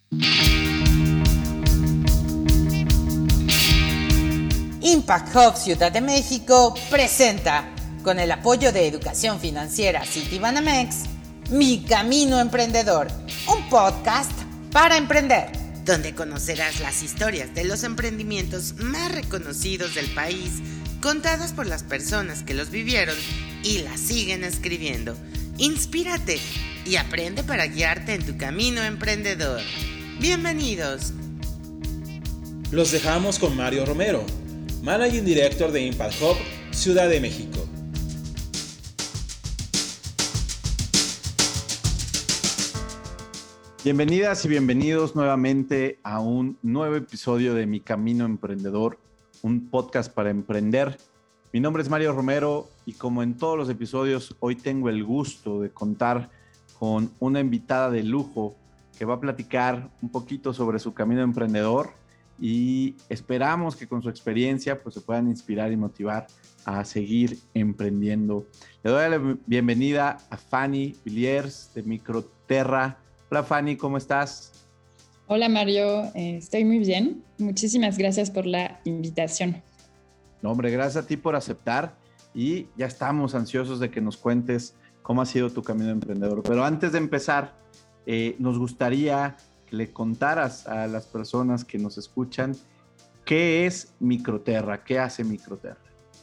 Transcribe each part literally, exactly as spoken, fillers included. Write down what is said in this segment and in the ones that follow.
Impact Hub Ciudad de México presenta, con el apoyo de Educación Financiera Citibanamex, Mi Camino Emprendedor, un podcast para emprender, donde conocerás las historias de los emprendimientos más reconocidos del país, contadas por las personas que los vivieron y las siguen escribiendo. Inspírate y aprende para guiarte en tu camino emprendedor. Bienvenidos. Los dejamos con Mario Romero, Managing Director de Impact Hub Ciudad de México. Bienvenidas y bienvenidos nuevamente a un nuevo episodio de Mi Camino Emprendedor, un podcast para emprender. Mi nombre es Mario Romero y como en todos los episodios, hoy tengo el gusto de contar con una invitada de lujo que va a platicar un poquito sobre su camino emprendedor y esperamos que con su experiencia pues, se puedan inspirar y motivar a seguir emprendiendo. Le doy la bienvenida a Fanny Villiers de Microterra. Hola Fanny, ¿cómo estás? Hola Mario, eh, estoy muy bien. Muchísimas gracias por la invitación. No, hombre, gracias a ti por aceptar y ya estamos ansiosos de que nos cuentes cómo ha sido tu camino emprendedor. Pero antes de empezar, eh, nos gustaría que le contaras a las personas que nos escuchan qué es Microterra, qué hace Microterra.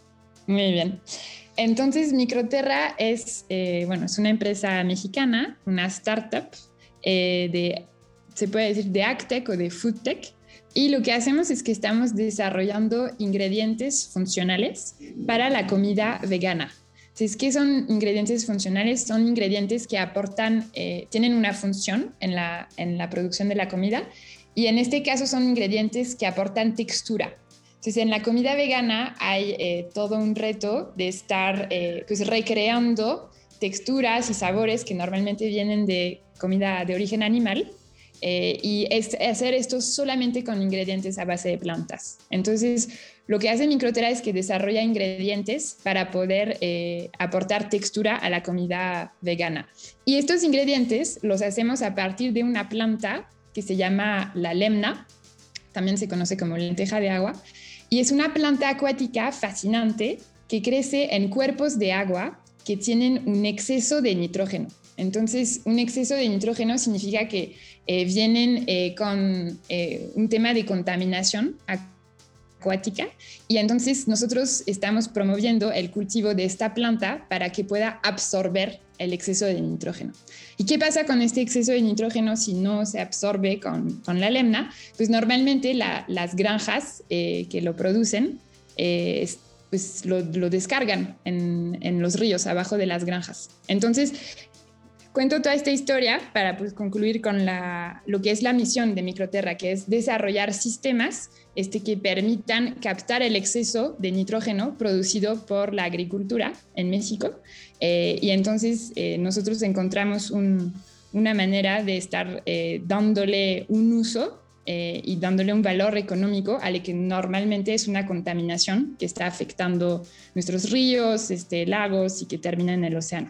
Muy bien. Entonces, Microterra es, eh, bueno, es una empresa mexicana, una startup eh, de, se puede decir, de AgTech o de FoodTech. Y lo que hacemos es que estamos desarrollando ingredientes funcionales para la comida vegana. Entonces, ¿qué son ingredientes funcionales? Son ingredientes que aportan, eh, tienen una función en la, en la producción de la comida y en este caso son ingredientes que aportan textura. Entonces, en la comida vegana hay eh, todo un reto de estar eh, pues, recreando texturas y sabores que normalmente vienen de comida de origen animal. Eh, y es hacer esto solamente con ingredientes a base de plantas. Entonces, lo que hace Microterra es que desarrolla ingredientes para poder eh, aportar textura a la comida vegana. Y estos ingredientes los hacemos a partir de una planta que se llama la lemna, también se conoce como lenteja de agua, y es una planta acuática fascinante que crece en cuerpos de agua que tienen un exceso de nitrógeno. Entonces, un exceso de nitrógeno significa que eh, vienen eh, con eh, un tema de contaminación acuática y entonces nosotros estamos promoviendo el cultivo de esta planta para que pueda absorber el exceso de nitrógeno. ¿Y qué pasa con este exceso de nitrógeno si no se absorbe con, con la lemna? Pues normalmente la, las granjas eh, que lo producen eh, pues lo, lo descargan en, en los ríos abajo de las granjas. Entonces, cuento toda esta historia para pues, concluir con la, lo que es la misión de Microterra, que es desarrollar sistemas este, que permitan captar el exceso de nitrógeno producido por la agricultura en México. Eh, y entonces eh, nosotros encontramos un, una manera de estar eh, dándole un uso eh, y dándole un valor económico a lo que normalmente es una contaminación que está afectando nuestros ríos, este, lagos y que termina en el océano.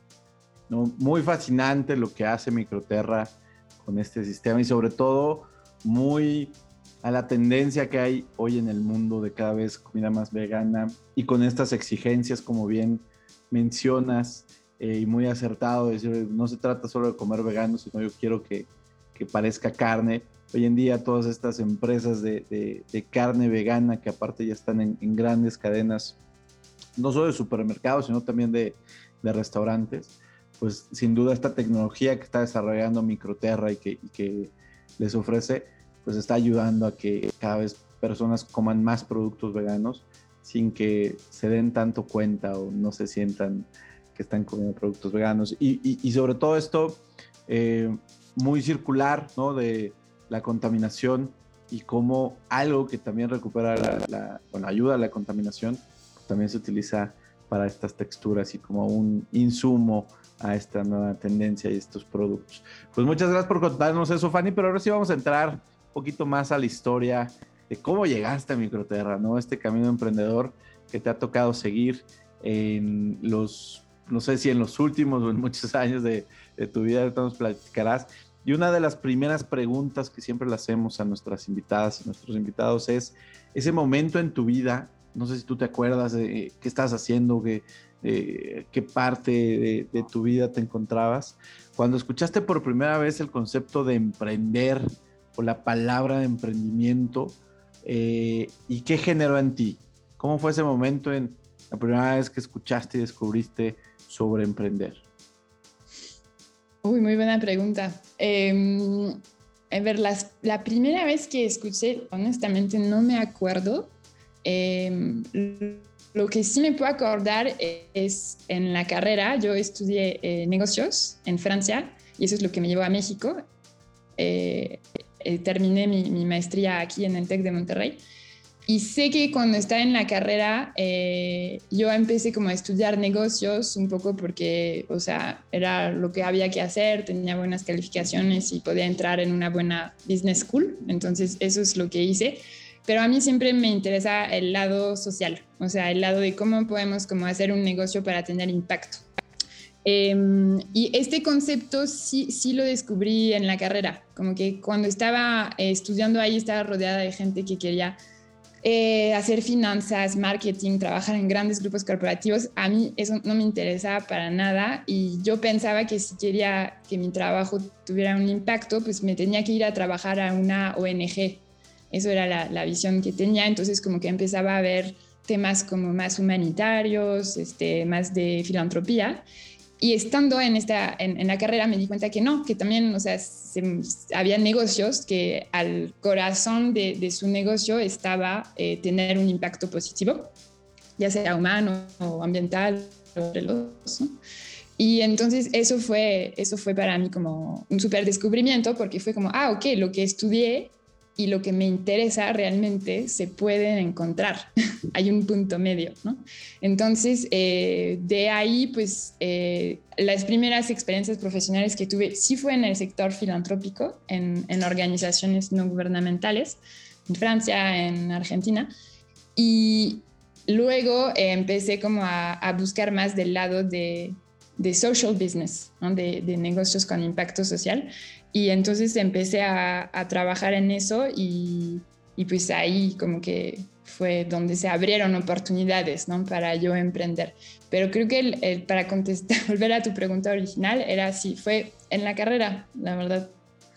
No, muy fascinante lo que hace Microterra con este sistema y sobre todo muy a la tendencia que hay hoy en el mundo de cada vez comida más vegana y con estas exigencias como bien mencionas eh, y muy acertado, decir, no se trata solo de comer vegano, sino yo quiero que, que parezca carne. Hoy en día todas estas empresas de, de, de carne vegana que aparte ya están en, en grandes cadenas, no solo de supermercados, sino también de, de restaurantes, pues sin duda esta tecnología que está desarrollando Microterra y que, y que les ofrece, pues está ayudando a que cada vez personas coman más productos veganos sin que se den tanto cuenta o no se sientan que están comiendo productos veganos. Y, y, y sobre todo esto eh, muy circular, ¿no? De la contaminación y cómo algo que también recupera la, la bueno, ayuda a la contaminación, pues también se utiliza para estas texturas y como un insumo a esta nueva tendencia y estos productos. Pues muchas gracias por contarnos eso, Fanny, pero ahora sí vamos a entrar un poquito más a la historia de cómo llegaste a Microterra, ¿no? Este camino emprendedor que te ha tocado seguir en los, no sé si en los últimos o en muchos años de, de tu vida, ahorita nos platicarás, Y una de las primeras preguntas que siempre le hacemos a nuestras invitadas y nuestros invitados es ese momento en tu vida, no sé si tú te acuerdas de qué estabas haciendo, qué, eh, qué parte de, de tu vida te encontrabas, cuando escuchaste por primera vez el concepto de emprender o la palabra de emprendimiento, eh, y qué generó en ti. ¿Cómo fue ese momento en la primera vez que escuchaste y descubriste sobre emprender? Uy, muy buena pregunta. Eh, a ver, las, la primera vez que escuché, honestamente no me acuerdo. Eh, lo que sí me puedo acordar es en la carrera, yo estudié eh, negocios en Francia y eso es lo que me llevó a México. Eh, eh, terminé mi, mi maestría aquí en el TEC de Monterrey. Y sé que cuando estaba en la carrera, eh, yo empecé como a estudiar negocios un poco porque, o sea, era lo que había que hacer, tenía buenas calificaciones y podía entrar en una buena business school. Entonces, eso es lo que hice. Pero a mí siempre me interesa el lado social, o sea, el lado de cómo podemos como hacer un negocio para tener impacto. Eh, y este concepto sí, sí lo descubrí en la carrera, como que cuando estaba eh, estudiando ahí estaba rodeada de gente que quería Eh, hacer finanzas, marketing, trabajar en grandes grupos corporativos. A mí eso no me interesaba para nada y yo pensaba que si quería que mi trabajo tuviera un impacto, pues me tenía que ir a trabajar a una O N G. Eso era la, la visión que tenía. Entonces como que empezaba a ver temas como más humanitarios, este, más de filantropía. Y estando en, esta, en, en la carrera me di cuenta que no, que también, o sea, se, había negocios que al corazón de, de su negocio estaba eh, tener un impacto positivo, ya sea humano o ambiental o religioso. Y entonces eso fue, eso fue para mí como un súper descubrimiento porque fue como, ah, ok, lo que estudié y lo que me interesa realmente se pueden encontrar. Hay un punto medio, ¿no? Entonces, eh, de ahí, pues, eh, las primeras experiencias profesionales que tuve sí fue en el sector filantrópico, en, en organizaciones no gubernamentales, en Francia, en Argentina. Y luego eh, empecé como a, a buscar más del lado de, de social business, ¿no? de, de negocios con impacto social. Y entonces empecé a, a trabajar en eso y, y pues ahí como que fue donde se abrieron oportunidades, ¿no? Para yo emprender. Pero creo que el, el, para contestar, volver a tu pregunta original, era así, fue en la carrera, la verdad.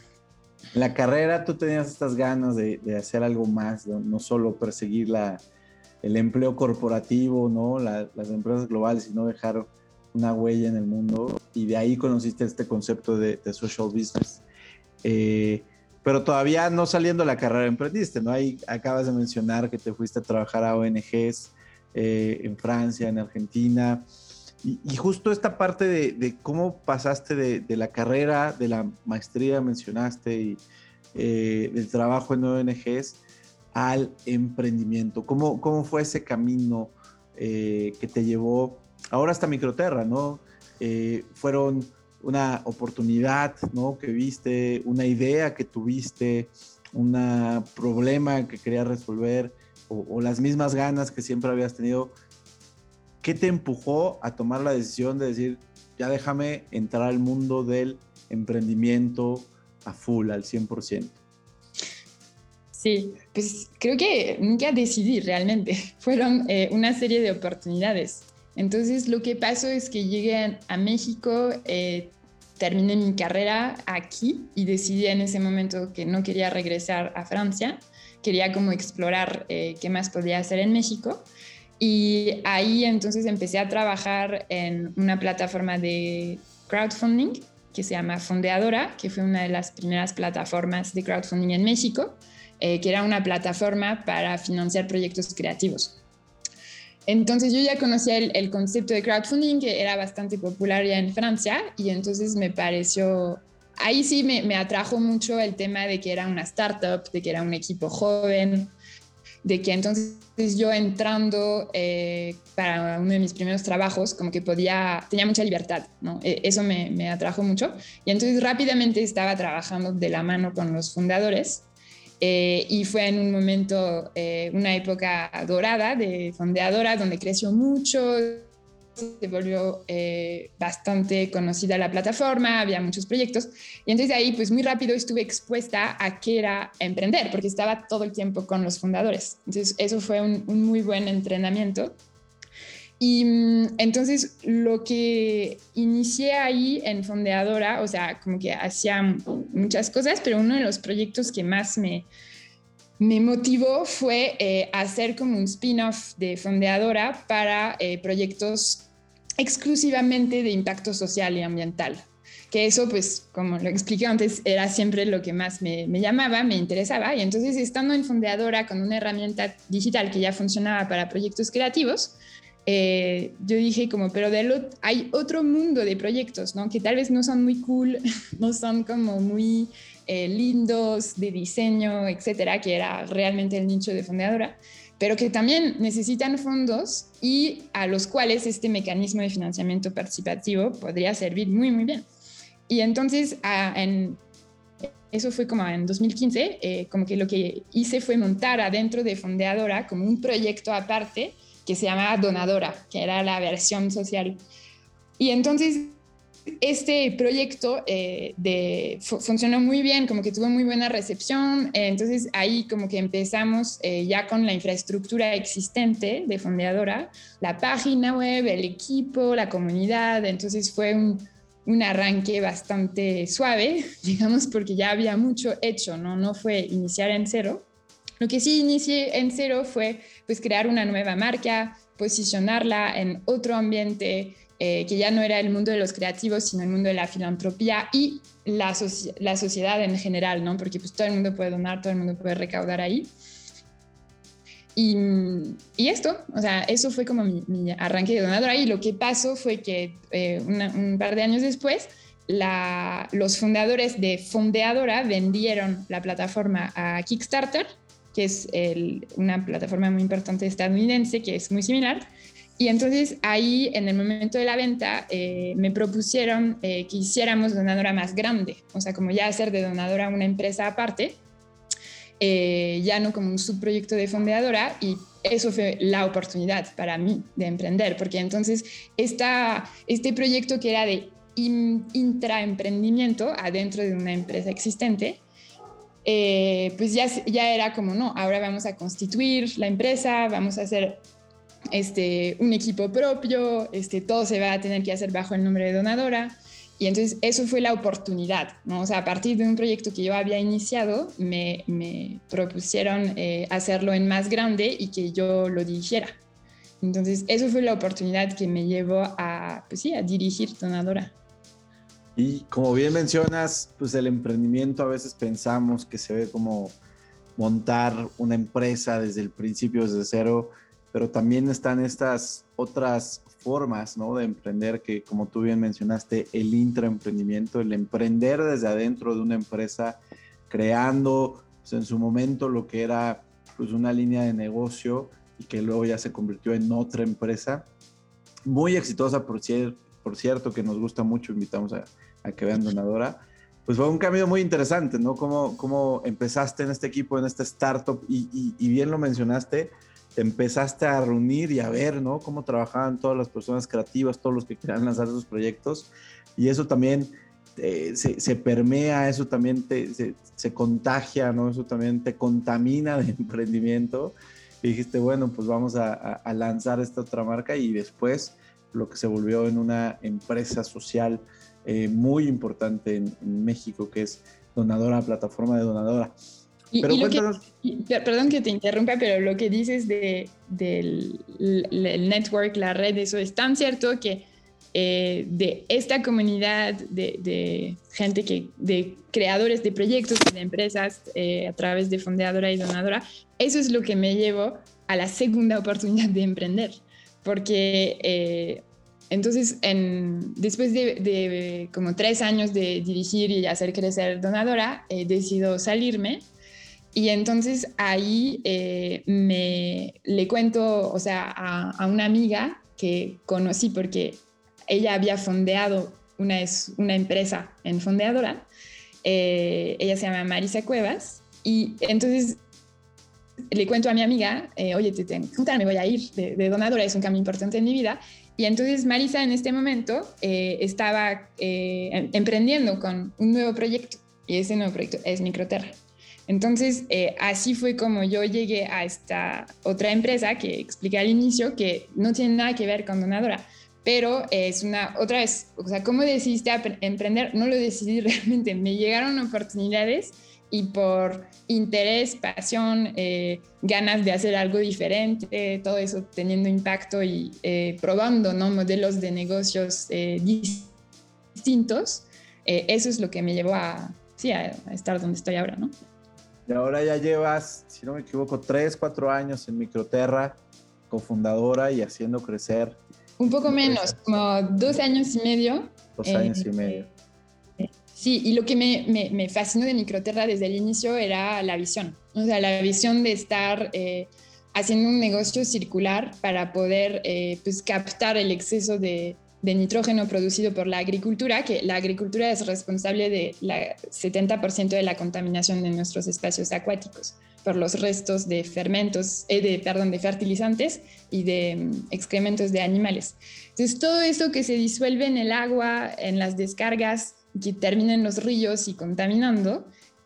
En la carrera tú tenías estas ganas de, de hacer algo más, no, no solo perseguir la, el empleo corporativo, ¿no? La, las empresas globales, sino dejar una huella en el mundo. Y de ahí conociste este concepto de, de social business. Eh, pero todavía no saliendo de la carrera emprendiste, ¿no? Ahí acabas de mencionar que te fuiste a trabajar a O N Ges eh, en Francia, en Argentina, y, y justo esta parte de, de cómo pasaste de, de la carrera, de la maestría mencionaste, y eh, del trabajo en O N Ges al emprendimiento. ¿Cómo, cómo fue ese camino eh, que te llevó ahora hasta Microterra, ¿no? Eh, fueron una oportunidad, ¿no? Que viste, una idea que tuviste, un problema que querías resolver o, o las mismas ganas que siempre habías tenido. ¿Qué te empujó a tomar la decisión de decir, ya déjame entrar al mundo del emprendimiento a full, al cien por ciento? Sí, pues creo que nunca decidí realmente. Fueron eh, una serie de oportunidades. Entonces, lo que pasó es que llegué a México, eh, terminé mi carrera aquí y decidí en ese momento que no quería regresar a Francia. Quería como explorar eh, qué más podía hacer en México. Y ahí entonces empecé a trabajar en una plataforma de crowdfunding que se llama Fondeadora, que fue una de las primeras plataformas de crowdfunding en México, eh, que era una plataforma para financiar proyectos creativos. Entonces yo ya conocía el, el concepto de crowdfunding, que era bastante popular ya en Francia, y entonces me pareció, ahí sí me, me atrajo mucho el tema de que era una startup, de que era un equipo joven, de que entonces yo entrando eh, para uno de mis primeros trabajos, como que podía, tenía mucha libertad, ¿no? Eso me, me atrajo mucho. Y entonces rápidamente estaba trabajando de la mano con los fundadores. Eh, y fue en un momento, eh, una época dorada de Fondeadora, donde creció mucho, se volvió eh, bastante conocida la plataforma, había muchos proyectos, y entonces ahí pues muy rápido estuve expuesta a qué era emprender, porque estaba todo el tiempo con los fundadores. Entonces eso fue un, un muy buen entrenamiento. Y entonces lo que inicié ahí en Fondeadora, o sea, como que hacía muchas cosas, pero uno de los proyectos que más me, me motivó fue eh, hacer como un spin-off de Fondeadora para eh, proyectos exclusivamente de impacto social y ambiental. Que eso, pues, como lo expliqué antes, era siempre lo que más me, me llamaba, me interesaba. Y entonces, estando en Fondeadora con una herramienta digital que ya funcionaba para proyectos creativos, Eh, yo dije como, pero de lo, hay otro mundo de proyectos, ¿no? Que tal vez no son muy cool, no son como muy eh, lindos de diseño, etcétera, que era realmente el nicho de Fondeadora, pero que también necesitan fondos y a los cuales este mecanismo de financiamiento participativo podría servir muy, muy bien. Y entonces, a, en, eso fue como en dos mil quince, eh, como que lo que hice fue montar adentro de Fondeadora como un proyecto aparte que se llamaba Donadora, que era la versión social. Y entonces este proyecto eh, de, fu- funcionó muy bien, como que tuvo muy buena recepción. Eh, entonces ahí como que empezamos eh, ya con la infraestructura existente de Fondeadora, la página web, el equipo, la comunidad. Entonces fue un, un arranque bastante suave, digamos, porque ya había mucho hecho, ¿no? No fue iniciar en cero. Lo que sí inicié en cero fue pues, crear una nueva marca, posicionarla en otro ambiente eh, que ya no era el mundo de los creativos, sino el mundo de la filantropía y la, soci- la sociedad en general, ¿no? Porque pues, todo el mundo puede donar, todo el mundo puede recaudar ahí. Y, y esto, o sea, eso fue como mi, mi arranque de Donadora. Y lo que pasó fue que eh, una, un par de años después, la, los fundadores de Fondeadora vendieron la plataforma a Kickstarter, que es el, una plataforma muy importante estadounidense, que es muy similar. Y entonces ahí, en el momento de la venta, eh, me propusieron eh, que hiciéramos Donadora más grande, o sea, como ya hacer de Donadora una empresa aparte, eh, ya no como un subproyecto de Fondeadora, y eso fue la oportunidad para mí de emprender, porque entonces esta, este proyecto que era de in, intraemprendimiento adentro de una empresa existente, Eh, pues ya, ya era como, no, ahora vamos a constituir la empresa, vamos a hacer este, un equipo propio, este, todo se va a tener que hacer bajo el nombre de Donadora. Y entonces eso fue la oportunidad, ¿no? O sea, a partir de un proyecto que yo había iniciado, me, me propusieron eh, hacerlo en más grande y que yo lo dirigiera. Entonces eso fue la oportunidad que me llevó a, pues sí, a dirigir Donadora. Y como bien mencionas, pues el emprendimiento a veces pensamos que se ve como montar una empresa desde el principio, desde cero, pero también están estas otras formas, ¿no?, de emprender que, como tú bien mencionaste, el intraemprendimiento, el emprender desde adentro de una empresa, creando pues, en su momento lo que era pues, una línea de negocio y que luego ya se convirtió en otra empresa muy exitosa, por, cier- por cierto, que nos gusta mucho, invitamos a a que vean Donadora. Pues fue un cambio muy interesante, ¿no? Cómo, cómo empezaste en este equipo, en esta startup, y, y, y bien lo mencionaste, te empezaste a reunir y a ver, ¿no?, cómo trabajaban todas las personas creativas, todos los que querían lanzar sus proyectos, y eso también eh, se, se permea, eso también te, se, se contagia, ¿no? Eso también te contamina de emprendimiento, y dijiste, bueno, pues vamos a, a, a lanzar esta otra marca, y después lo que se volvió en una empresa social Eh, muy importante en, en México, que es Donadora, plataforma de Donadora. Y, pero y lo cuéntanos... que, y, perdón que te interrumpa, pero lo que dices de, del el network, la red, eso es tan cierto que eh, de esta comunidad de, de gente que, de creadores de proyectos y de empresas eh, a través de Fondeadora y Donadora, eso es lo que me llevó a la segunda oportunidad de emprender, porque eh, entonces, en, después de, de como tres años de dirigir y hacer crecer Donadora, eh, decido salirme. Y entonces ahí eh, me, le cuento, o sea, a, a una amiga que conocí porque ella había fondeado una, una empresa en Fondeadora. Eh, ella se llama Marisa Cuevas. Y entonces le cuento a mi amiga, eh, oye, te tengo que contar, me voy a ir de, de donadora, es un cambio importante en mi vida. Y entonces Marisa en este momento eh, estaba eh, emprendiendo con un nuevo proyecto, y ese nuevo proyecto es Microterra. Entonces, eh, así fue como yo llegué a esta otra empresa que expliqué al inicio, que no tiene nada que ver con donadora, pero es una, otra vez, o sea, ¿cómo decidiste emprender? No lo decidí realmente, me llegaron oportunidades y por interés, pasión, eh, ganas de hacer algo diferente, todo eso teniendo impacto y eh, probando, ¿no? Modelos de negocios eh, distintos, eh, eso es lo que me llevó a, sí, a, a estar donde estoy ahora, ¿no? Y ahora ya llevas, si no me equivoco, tres, cuatro años en Microterra, cofundadora y haciendo crecer. Un poco menos, como dos años y medio. Dos años eh, y medio. Eh, sí, y lo que me, me, me fascinó de Microterra desde el inicio era la visión. O sea, la visión de estar eh, haciendo un negocio circular para poder eh, pues, captar el exceso de, de nitrógeno producido por la agricultura, que la agricultura es responsable de la setenta por ciento de la contaminación de nuestros espacios acuáticos por los restos de fermentos, eh, de, perdón, de fertilizantes y de um, excrementos de animales. Entonces, todo eso que se disuelve en el agua, en las descargas, que termina en los ríos y contaminando,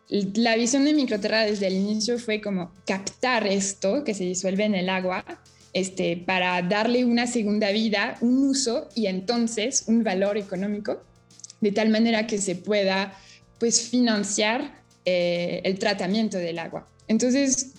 la visión de Microterra desde el inicio fue como captar esto que se disuelve en el agua, Este, para darle una segunda vida, un uso y entonces un valor económico, de tal manera que se pueda pues, financiar eh, el tratamiento del agua. Entonces,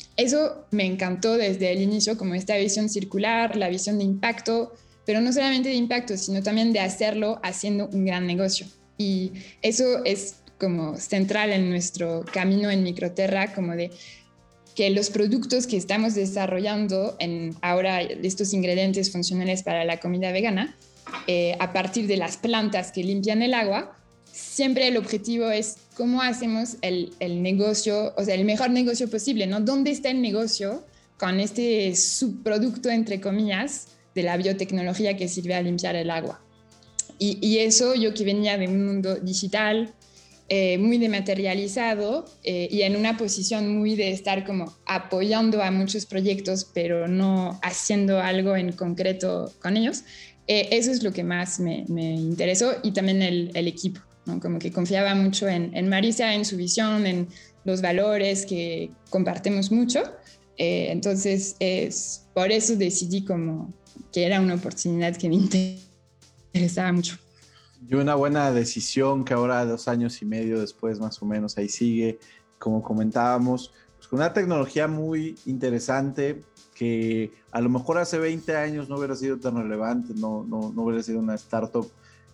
eso me encantó desde el inicio, como esta visión circular, la visión de impacto, pero no solamente de impacto, sino también de hacerlo haciendo un gran negocio. Y eso es como central en nuestro camino en Microterra, como de que los productos que estamos desarrollando en ahora estos ingredientes funcionales para la comida vegana, eh, a partir de las plantas que limpian el agua, siempre el objetivo es cómo hacemos el, el negocio, o sea, el mejor negocio posible, ¿no? ¿Dónde está el negocio con este subproducto, entre comillas, de la biotecnología que sirve a limpiar el agua? Y, y eso, yo que venía de un mundo digital, Eh, muy dematerializado eh, y en una posición muy de estar como apoyando a muchos proyectos pero no haciendo algo en concreto con ellos, eh, eso es lo que más me, me interesó y también el, el equipo, ¿no? Como que confiaba mucho en, en Marisa, en su visión, en los valores que compartimos mucho, eh, entonces es, por eso decidí como que era una oportunidad que me interesaba mucho. Y una buena decisión que ahora, dos años y medio después, más o menos, ahí sigue, como comentábamos, pues con una tecnología muy interesante que a lo mejor hace veinte años no hubiera sido tan relevante, no, no, no hubiera sido una startup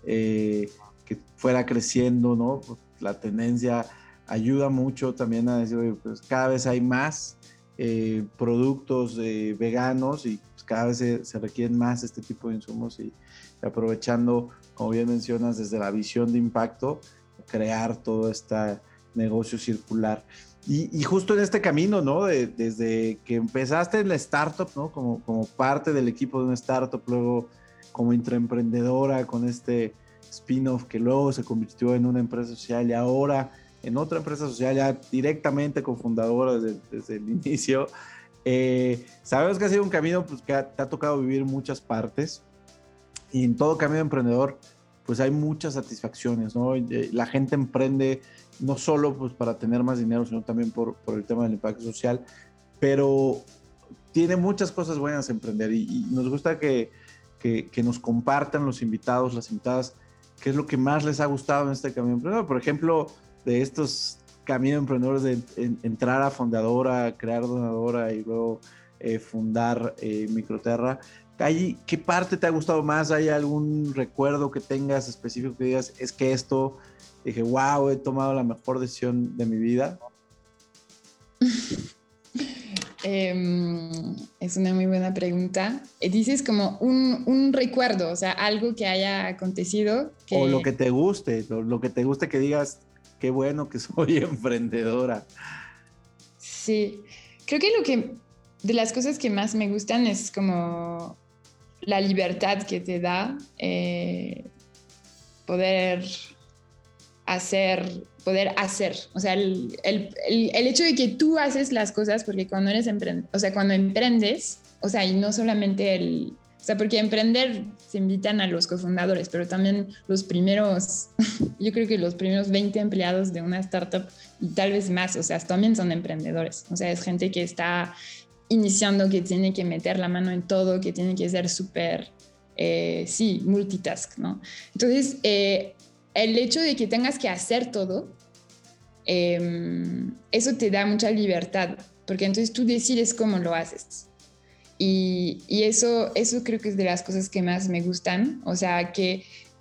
eh, que fuera creciendo, ¿no? La tendencia ayuda mucho también a decir, oye, pues cada vez hay más eh, productos eh, veganos y pues cada vez se, se requieren más este tipo de insumos y aprovechando, como bien mencionas, desde la visión de impacto, crear todo este negocio circular. Y, y justo en este camino, ¿no? De, desde que empezaste en la startup, ¿no? Como, como parte del equipo de una startup, luego como intraemprendedora con este spin-off que luego se convirtió en una empresa social y ahora en otra empresa social ya directamente cofundadora desde, desde el inicio. Eh, sabemos que ha sido un camino pues, que ha, te ha tocado vivir muchas partes. Y en todo camino emprendedor, pues hay muchas satisfacciones, ¿no? La gente emprende no solo pues, para tener más dinero, sino también por, por el tema del impacto social, pero tiene muchas cosas buenas emprender y, y nos gusta que, que, que nos compartan los invitados, las invitadas, qué es lo que más les ha gustado en este camino emprendedor. Por ejemplo, de estos caminos emprendedores de en, entrar a fundadora, crear donadora y luego eh, fundar eh, Microterra. ¿Qué parte te ha gustado más? ¿Hay algún recuerdo que tengas específico que digas, es que esto, dije, wow, he tomado la mejor decisión de mi vida? Eh, es una muy buena pregunta. Dices como un, un recuerdo, o sea, algo que haya acontecido. Que... O lo que te guste, lo, lo que te guste que digas, qué bueno que soy emprendedora. Sí, creo que lo que, de las cosas que más me gustan es como la libertad que te da eh, poder hacer, poder hacer. O sea, el, el, el, el hecho de que tú haces las cosas, porque cuando eres emprendedor, o sea, cuando emprendes, o sea, y no solamente el... O sea, porque emprender se invitan a los cofundadores, pero también los primeros, yo creo que los primeros veinte empleados de una startup y tal vez más, o sea, también son emprendedores. O sea, es gente que está iniciando, que tiene que meter la mano en todo, que tiene que ser súper, eh, sí, multitask, ¿no? Entonces, eh, el hecho de que tengas que hacer todo, eh, eso te da mucha libertad, porque entonces tú decides cómo lo haces. Y, y eso, eso creo que es de las cosas que más me gustan. O sea, que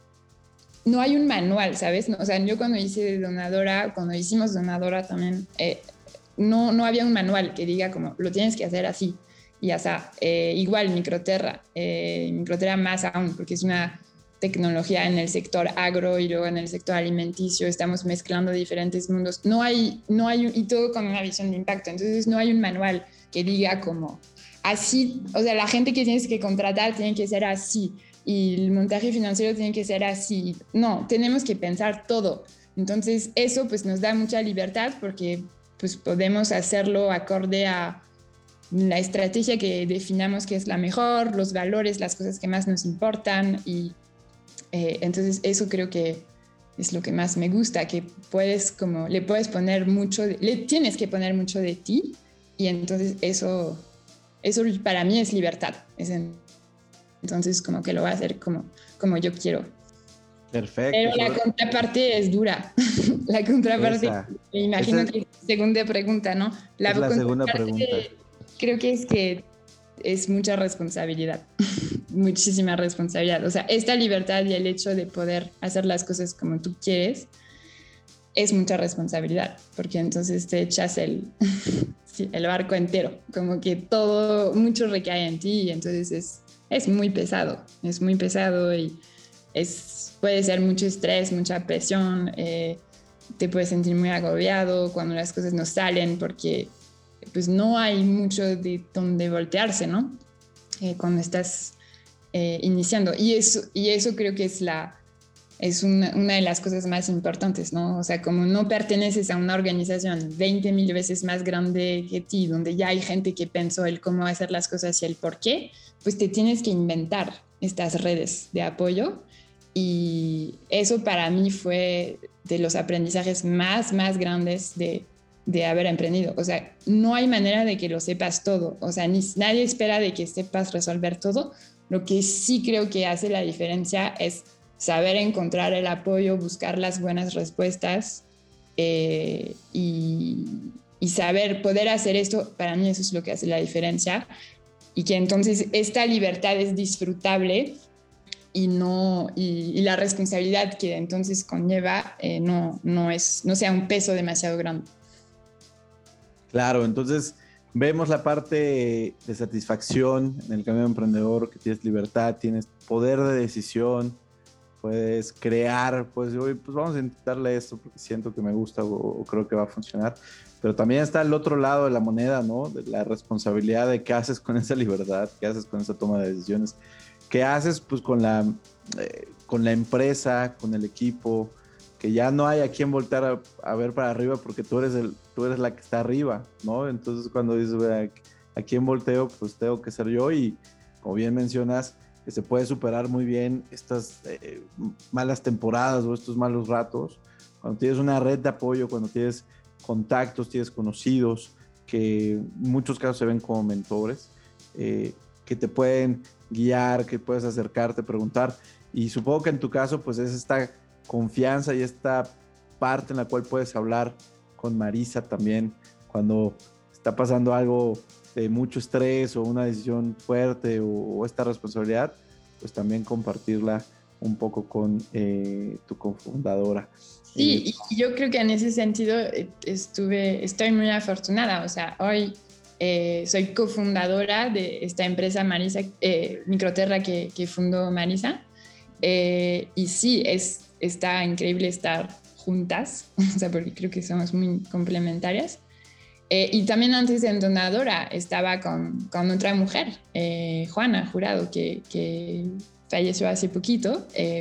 no hay un manual, ¿sabes? O sea, yo cuando hice de donadora, cuando hicimos donadora también, eh, no, no había un manual que diga como, lo tienes que hacer así. Y ya está. Eh, igual Microterra, eh, Microterra más aún, porque es una tecnología en el sector agro y luego en el sector alimenticio. Estamos mezclando diferentes mundos. No hay, no hay, y todo con una visión de impacto. Entonces no hay un manual que diga como... Así, o sea, la gente que tienes que contratar tiene que ser así y el montaje financiero tiene que ser así. No, tenemos que pensar todo. Entonces, eso pues nos da mucha libertad porque pues podemos hacerlo acorde a la estrategia que definamos que es la mejor, los valores, las cosas que más nos importan y eh, entonces eso creo que es lo que más me gusta, que puedes como, le puedes poner mucho, de, le tienes que poner mucho de ti y entonces eso... Eso para mí es libertad. Es en, entonces como que lo voy a hacer como, como yo quiero. Perfecto. Pero la contraparte es dura. La contraparte, Esa, me imagino esa que es la segunda pregunta, ¿no? La, es la segunda pregunta. Creo que es que es mucha responsabilidad. Muchísima responsabilidad. O sea, esta libertad y el hecho de poder hacer las cosas como tú quieres es mucha responsabilidad, porque entonces te echas el, sí, el barco entero, como que todo, mucho recae en ti y entonces es, es muy pesado, es muy pesado y es, puede ser mucho estrés, mucha presión, eh, te puedes sentir muy agobiado cuando las cosas no salen porque pues no hay mucho de donde voltearse, ¿no? Eh, cuando estás eh, iniciando y eso, y eso creo que es la... es una, una de las cosas más importantes, ¿no? O sea, como no perteneces a una organización veinte mil veces más grande que ti, donde ya hay gente que pensó el cómo hacer las cosas y el por qué, pues te tienes que inventar estas redes de apoyo y eso para mí fue de los aprendizajes más, más grandes de, de haber emprendido. O sea, no hay manera de que lo sepas todo, o sea, ni, nadie espera de que sepas resolver todo. Lo que sí creo que hace la diferencia es saber encontrar el apoyo, buscar las buenas respuestas eh, y, y saber poder hacer esto, para mí eso es lo que hace la diferencia y que entonces esta libertad es disfrutable y, no, y, y la responsabilidad que entonces conlleva eh, no, no, es, no sea un peso demasiado grande. Claro, entonces vemos la parte de satisfacción en el camino emprendedor, que tienes libertad, tienes poder de decisión, puedes crear, pues, oye, pues vamos a intentarle esto porque siento que me gusta o, o creo que va a funcionar. Pero también está el otro lado de la moneda, ¿no? De la responsabilidad de qué haces con esa libertad, qué haces con esa toma de decisiones, qué haces pues con la, eh, con la empresa, con el equipo, que ya no hay a quien voltear a, a ver para arriba porque tú eres, el, tú eres la que está arriba, ¿no? Entonces cuando dices, a, a quién volteo, pues tengo que ser yo y como bien mencionas, que se puede superar muy bien estas eh, malas temporadas o estos malos ratos, cuando tienes una red de apoyo, cuando tienes contactos, tienes conocidos, que en muchos casos se ven como mentores, eh, que te pueden guiar, que puedes acercarte, preguntar, y supongo que en tu caso pues es esta confianza y esta parte en la cual puedes hablar con Marisa también, cuando está pasando algo de mucho estrés o una decisión fuerte o, o esta responsabilidad, pues también compartirla un poco con eh, tu cofundadora. Sí, eh, y yo creo que en ese sentido estuve, estoy muy afortunada. O sea, hoy eh, soy cofundadora de esta empresa Marisa, eh, Microterra que, que fundó Marisa. Eh, y sí, es, está increíble estar juntas, o sea, porque creo que somos muy complementarias. Eh, y también antes en Donadora estaba con, con otra mujer, eh, Juana Jurado, que, que falleció hace poquito, eh,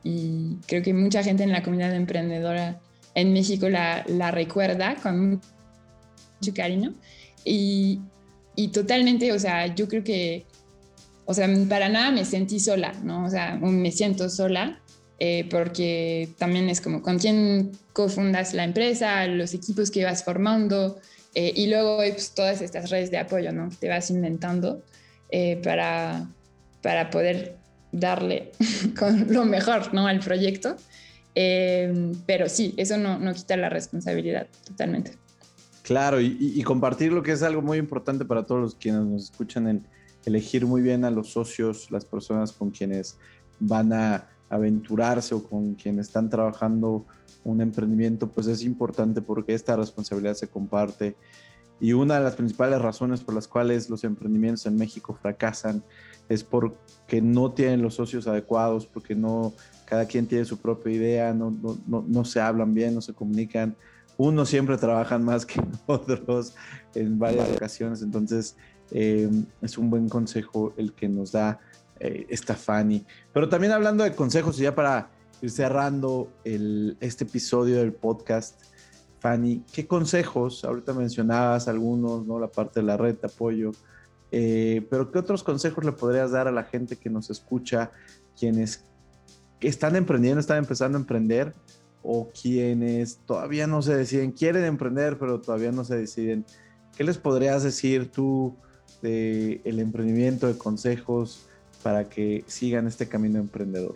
y creo que mucha gente en la comunidad emprendedora en México la, la recuerda con mucho cariño y, y totalmente, o sea, yo creo que, o sea, para nada me sentí sola, ¿no? O sea, me siento sola eh, porque también es como con quién cofundas la empresa, los equipos que vas formando eh, y luego pues, todas estas redes de apoyo, ¿no? Que te vas inventando eh, para, para poder darle con lo mejor, ¿no? Al proyecto. Eh, pero sí, eso no, no quita la responsabilidad totalmente. Claro, y, y compartir lo que es algo muy importante para todos los quienes nos escuchan, el elegir muy bien a los socios, las personas con quienes van a aventurarse o con quienes están trabajando un emprendimiento, pues es importante porque esta responsabilidad se comparte. Y una de las principales razones por las cuales los emprendimientos en México fracasan es porque no tienen los socios adecuados, porque no, cada quien tiene su propia idea, no, no, no, no se hablan bien, no se comunican. Unos siempre trabajan más que otros en varias ocasiones, entonces eh, es un buen consejo el que nos da eh, esta Fanny. Pero también hablando de consejos, y ya para ir cerrando el, este episodio del podcast, Fanny, ¿qué consejos? Ahorita mencionabas algunos, ¿no? La parte de la red de apoyo, eh, pero ¿qué otros consejos le podrías dar a la gente que nos escucha, quienes están emprendiendo, están empezando a emprender, o quienes todavía no se deciden, quieren emprender, pero todavía no se deciden? ¿Qué les podrías decir tú de el emprendimiento, de consejos para que sigan este camino emprendedor?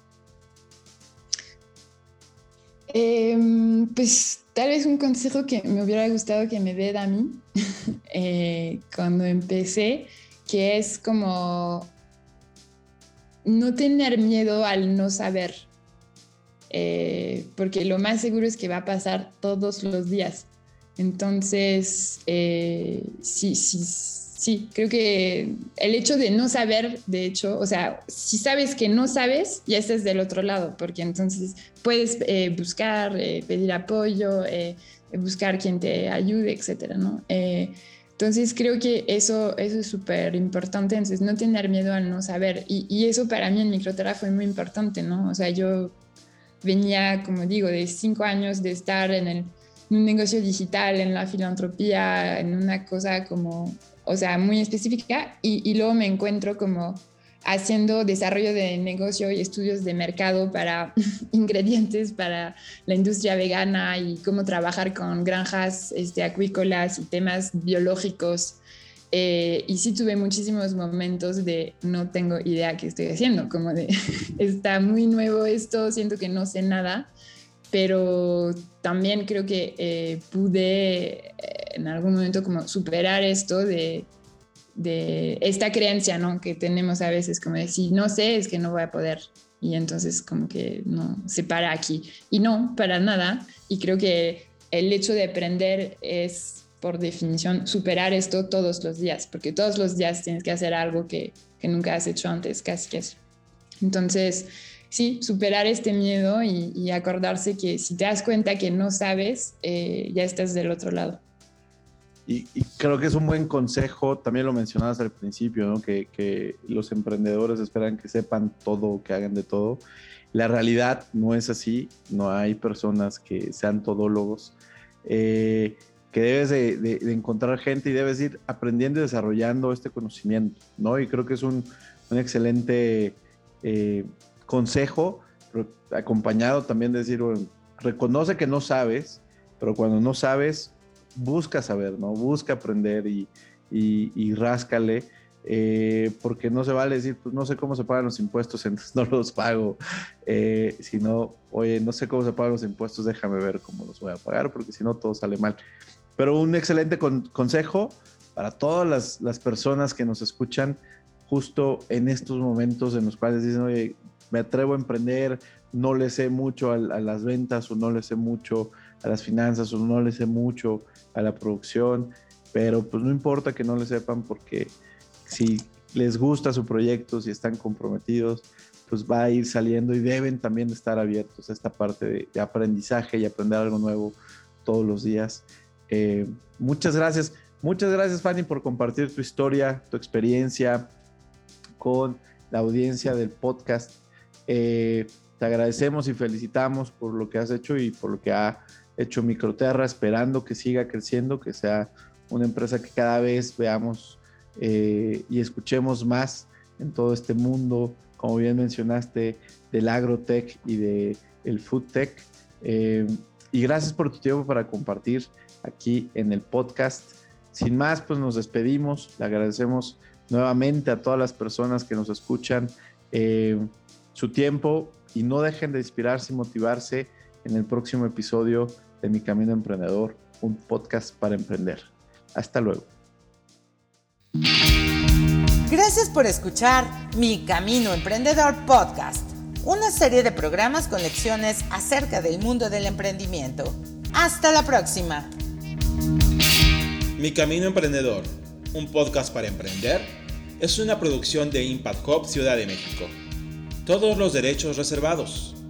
Eh, pues tal vez un consejo que me hubiera gustado que me dé a mí eh, cuando empecé, que es como no tener miedo al no saber. Eh, porque lo más seguro es que va a pasar todos los días. Entonces, eh, sí, sí, sí, creo que el hecho de no saber, de hecho, o sea, si sabes que no sabes, ya estás del otro lado, porque entonces puedes eh, buscar, eh, pedir apoyo, eh, buscar quien te ayude, etcétera, ¿no? Eh, entonces creo que eso, eso es súper importante, entonces no tener miedo al no saber. Y, y eso para mí en Microterra fue muy importante, ¿no? O sea, yo venía, como digo, de cinco años de estar en, el, en un negocio digital, en la filantropía, en una cosa como, o sea, muy específica, y, y luego me encuentro como haciendo desarrollo de negocio y estudios de mercado para ingredientes para la industria vegana y cómo trabajar con granjas este, acuícolas y temas biológicos. Eh, y sí tuve muchísimos momentos de no tengo idea qué estoy haciendo, como de está muy nuevo esto, siento que no sé nada, pero también creo que eh, pude eh, en algún momento como superar esto de, de esta creencia, ¿no? Que tenemos a veces como de si no sé es que no voy a poder, y entonces como que no, se para aquí. Y no, para nada, y creo que el hecho de aprender es por definición, superar esto todos los días, porque todos los días tienes que hacer algo que, que nunca has hecho antes, casi que eso. Entonces, sí, superar este miedo y, y acordarse que si te das cuenta que no sabes, eh, ya estás del otro lado. Y, y creo que es un buen consejo, también lo mencionabas al principio, ¿no? que, que los emprendedores esperan que sepan todo, que hagan de todo. La realidad no es así, no hay personas que sean todólogos. Eh, que debes de, de, de encontrar gente y debes ir aprendiendo y desarrollando este conocimiento, ¿no? Y creo que es un, un excelente eh, consejo, acompañado también de decir, bueno, reconoce que no sabes, pero cuando no sabes, busca saber, ¿no? Busca aprender y, y, y ráscale, eh, porque no se vale decir, pues no sé cómo se pagan los impuestos, entonces no los pago, eh, sino, oye, no sé cómo se pagan los impuestos, déjame ver cómo los voy a pagar, porque si no todo sale mal. Pero un excelente con, consejo para todas las, las personas que nos escuchan justo en estos momentos en los cuales dicen, oye, me atrevo a emprender, no le sé mucho a, a las ventas, o no le sé mucho a las finanzas, o no le sé mucho a la producción, pero pues no importa que no le sepan, porque si les gusta su proyecto, si están comprometidos, pues va a ir saliendo, y deben también estar abiertos a esta parte de, de aprendizaje y aprender algo nuevo todos los días. Eh, muchas gracias, muchas gracias Fanny por compartir tu historia, tu experiencia con la audiencia del podcast. Eh, te agradecemos y felicitamos por lo que has hecho y por lo que ha hecho Microterra, esperando que siga creciendo, que sea una empresa que cada vez veamos eh, y escuchemos más en todo este mundo, como bien mencionaste, del agrotech y del foodtech. Eh, y gracias por tu tiempo para compartir aquí en el podcast. Sin más, pues nos despedimos. Le agradecemos nuevamente a todas las personas que nos escuchan eh, su tiempo y no dejen de inspirarse y motivarse en el próximo episodio de Mi Camino Emprendedor, un podcast para emprender. Hasta luego. Gracias por escuchar Mi Camino Emprendedor Podcast, una serie de programas con lecciones acerca del mundo del emprendimiento. Hasta la próxima. Mi Camino Emprendedor, un podcast para emprender, es una producción de Impact Hub Ciudad de México. Todos los derechos reservados.